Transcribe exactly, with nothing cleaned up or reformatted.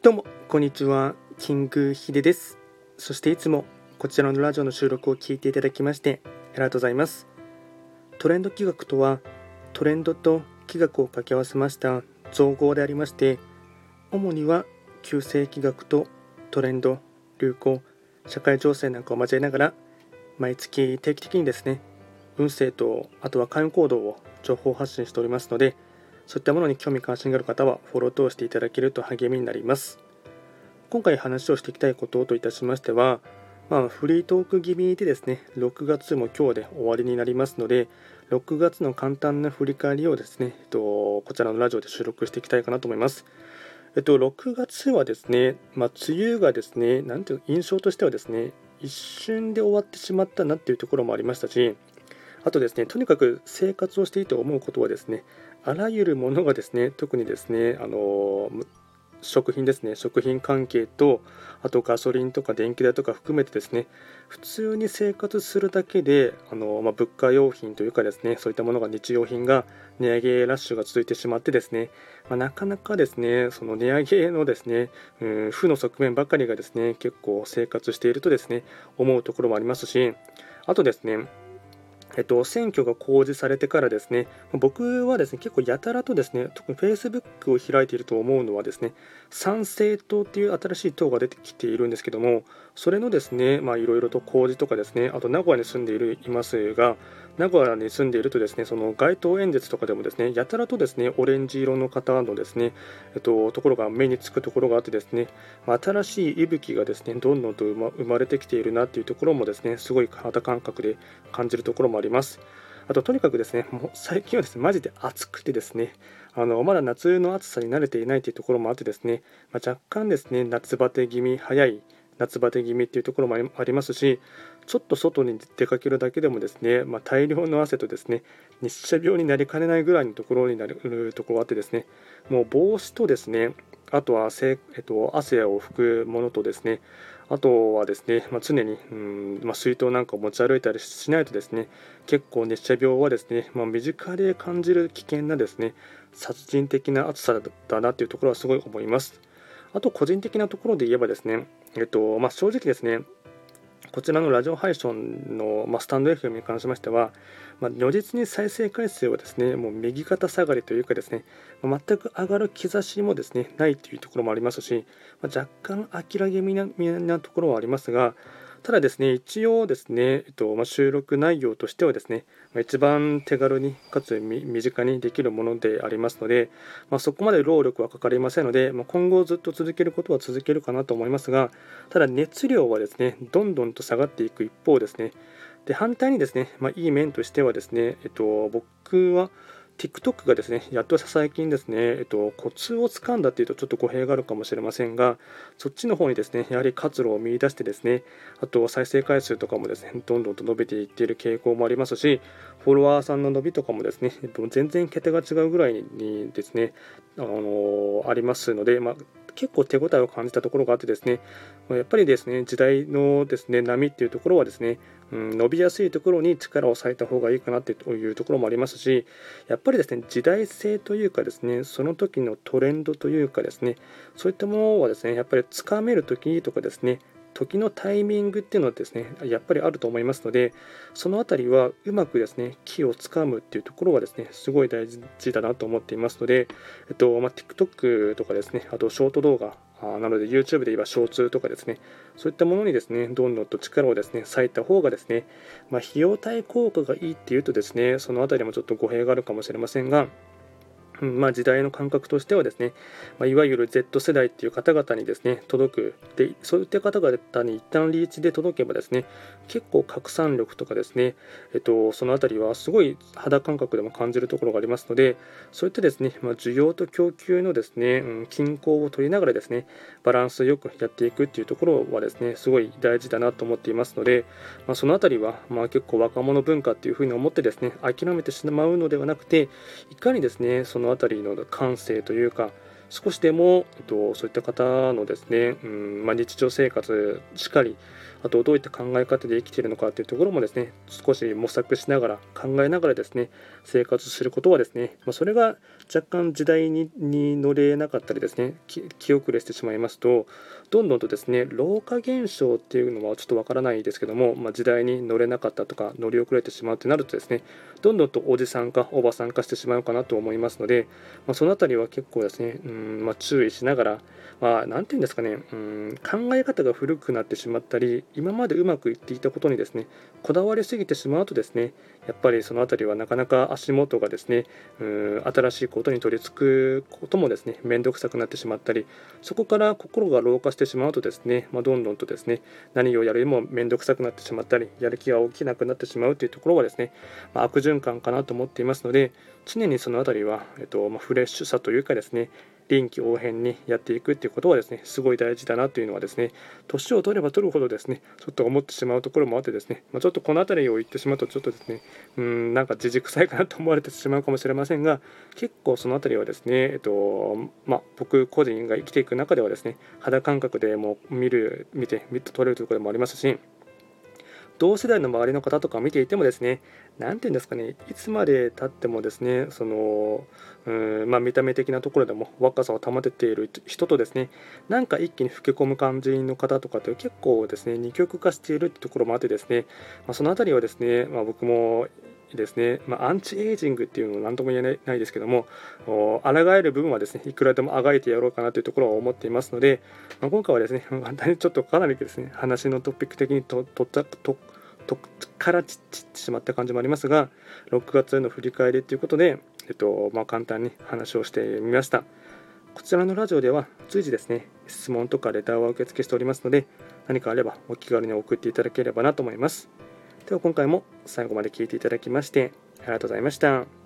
どうもこんにちは、キングヒデです。そしていつもこちらのラジオの収録を聞いていただきましてありがとうございます。トレンド企画とは、トレンドと企画を掛け合わせました造語でありまして、主には旧世企画とトレンド、流行、社会情勢なんかを交えながら、毎月定期的にですね、運勢とあとは開運行動を情報発信しておりますので、そういったものに興味関心がある方はフォロー等していただけると励みになります。今回話をしていきたいことといたしましては、まあ、フリートーク気味でですね、ろくがつも今日で終わりになりますので、ろくがつの簡単な振り返りをですね、えっと、こちらのラジオで収録していきたいかなと思います。えっと、ろくがつはですね、まあ、梅雨がですね、なんていう印象としてはですね、一瞬で終わってしまったなっていうところもありましたし、あとですね、とにかく生活をしていて思うことはですね、あらゆるものがですね、特にですね、あの食品ですね、食品関係と、あとガソリンとか電気代とか含めてですね、普通に生活するだけで、あの、まあ、物価用品というかですね、そういったものが日用品が値上げラッシュが続いてしまってですね、まあ、なかなかですね、その値上げのですね、うん、負の側面ばかりがですね、結構生活しているとですね、思うところもありますし、あとですね、えっと、選挙が公示されてからですね、僕はですね、結構やたらとですね、特に Facebook を開いていると思うのはですね、参政党っていう新しい党が出てきているんですけども、それのですね、まあいろいろと公示とかですね、あと名古屋に住んでいるいますが、名古屋に住んでいるとですね、その街頭演説とかでもですね、やたらとですね、オレンジ色の方のですね、えっと、ところが目につくところがあってですね、まあ新しい息吹がですね、どんどんと生ま生まれてきているなっていうところもですね、すごい肌感覚で感じるところもあります。あと、とにかくですね、もう最近はですね、マジで暑くてですね、あのまだ夏の暑さに慣れていないというところもあってですね、まあ、若干ですね、夏バテ気味、早い夏バテ気味っていうところもありますし、ちょっと外に出かけるだけでもですね、まあ、大量の汗とですね、日射病になりかねないぐらいのところになるところがあってですね、もう帽子とですね、あとはせ、えっと、汗を拭くものとですね、あとはですね、まあ、常に、うんまあ、水筒なんかを持ち歩いたりしないとですね、結構熱射病はですね、まあ、身近で感じる危険なですね、殺人的な暑さだなというところはすごい思います。あと個人的なところで言えばですね、えっとまあ、正直ですね、こちらのラジオ配信の、まあ、スタンド エフエム に関しましては、まあ、如実に再生回数はですね、もう右肩下がりというかですね、まあ、全く上がる兆しもですね、ないというところもありますし、まあ、若干諦めななところはありますが、ただですね、一応ですね、えっとまあ、収録内容としてはですね、まあ、一番手軽にかつ身近にできるものでありますので、まあ、そこまで労力はかかりませんので、まあ、今後ずっと続けることは続けるかなと思いますが、ただ熱量はですね、どんどんと下がっていく一方ですね、で反対にですね、まあ、いい面としてはですね、えっと、僕は TikTok がですね、やっと最近ですね、えっと、コツをつかんだっていうとちょっと語弊があるかもしれませんが、そっちの方にですね、やはり活路を見出してですね、あと再生回数とかもですね、どんどんと伸びていっている傾向もありますし、フォロワーさんの伸びとかもですね、全然桁が違うぐらいにですね、あのありますので、まあ、結構手応えを感じたところがあってですね、やっぱりですね、時代のですね、波っていうところはですね、うん、伸びやすいところに力を割いた方がいいかなというところもありますし、やっぱりですね、時代性というかですね、その時のトレンドというかですね、そういったものはですね、やっぱりつかめる時とかですね、時のタイミングっていうのはですね、やっぱりあると思いますので、そのあたりはうまくですね、気をつかむっていうところはですね、すごい大事だなと思っていますので、えっとまあ、TikTok とかですね、あとショート動画、あなので YouTube で言えばショーツとかですね、そういったものにですね、どんどんと力をですね、割いた方がですね、まあ、費用対効果がいいっていうとですね、そのあたりもちょっと語弊があるかもしれませんが、うんまあ、時代の感覚としてはですね、まあ、いわゆる Z 世代っていう方々にですね届くで、そういった方々に一旦リーチで届けばですね、結構拡散力とかですね、えっと、そのあたりはすごい肌感覚でも感じるところがありますので、そういったですね、まあ、需要と供給のですね、うん、均衡を取りながらですね、バランスよくやっていくっていうところはですね、すごい大事だなと思っていますので、まあ、そのあたりはまあ結構若者文化っていうふうに思ってですね、諦めてしまうのではなくて、いかにですね、そのあたりの感性というか、 少しでも、えっと、そういった方のですね、うんまあ、日常生活しっかり、あとどういった考え方で生きているのかというところもですね、少し模索しながら考えながらですね、生活することはですね、まあ、それが若干時代にに乗れなかったりですね、気気遅れしてしまいますと、どんどんとですね、老化現象っていうのはちょっとわからないですけども、まあ、時代に乗れなかったとか乗り遅れてしまうとなるとですね、どんどんとおじさんかおばさん化してしまうかなと思いますので、まあ、そのあたりは結構ですね、うんまあ、注意しながら、まあ、なんていうんですかね、うん考え方が古くなってしまったり、今までうまくいっていたことにですね、こだわりすぎてしまうとですね、やっぱりそのあたりはなかなか足元がですね、うん新しいことに取り付くこともですね、面倒くさくなってしまったり、そこから心が老化してしまうとですね、まあ、どんどんとですね、何をやるにも面倒くさくなってしまったり、やる気が起きなくなってしまうというところはですね、まあ、悪循環かなと思っていますので、常にそのあたりは、えっとまあ、フレッシュさというかですね、臨機応変にやっていくっていうことはですね、すごい大事だなというのはですね、年を取れば取るほどですね、ちょっと思ってしまうところもあってですね、まあ、ちょっとこの辺りを言ってしまうと、ちょっとですね、うん、なんか自軸臭いかなと思われてしまうかもしれませんが、結構その辺りはですね、えっと、まあ、僕個人が生きていく中ではですね、肌感覚でもう見る、見て、見て取れるところでもありますし、同世代の周りの方とかを見ていてもですね、なんていうんですかね、いつまで経ってもですね、その、うんまあ、見た目的なところでも若さを保てている人とですね、なんか一気に老け込む感じの方とかって結構ですね、二極化しているってところもあってですね、まあ、そのあたりはですね、まあ、僕もですね、まあ、アンチエイジングっていうのは何とも言えないないですけども、お抗える部分はですね、いくらでもあがいてやろうかなというところは思っていますので、まあ、今回はですね、簡単にちょっとかなりですね、話のトピック的にととったととから散ってしまった感じもありますが、ろくがつの振り返りということで、えっとまあ、簡単に話をしてみました。こちらのラジオでは随時ですね、質問とかレターは受付しておりますので、何かあればお気軽に送っていただければなと思います。では今回も最後まで聞いていただきましてありがとうございました。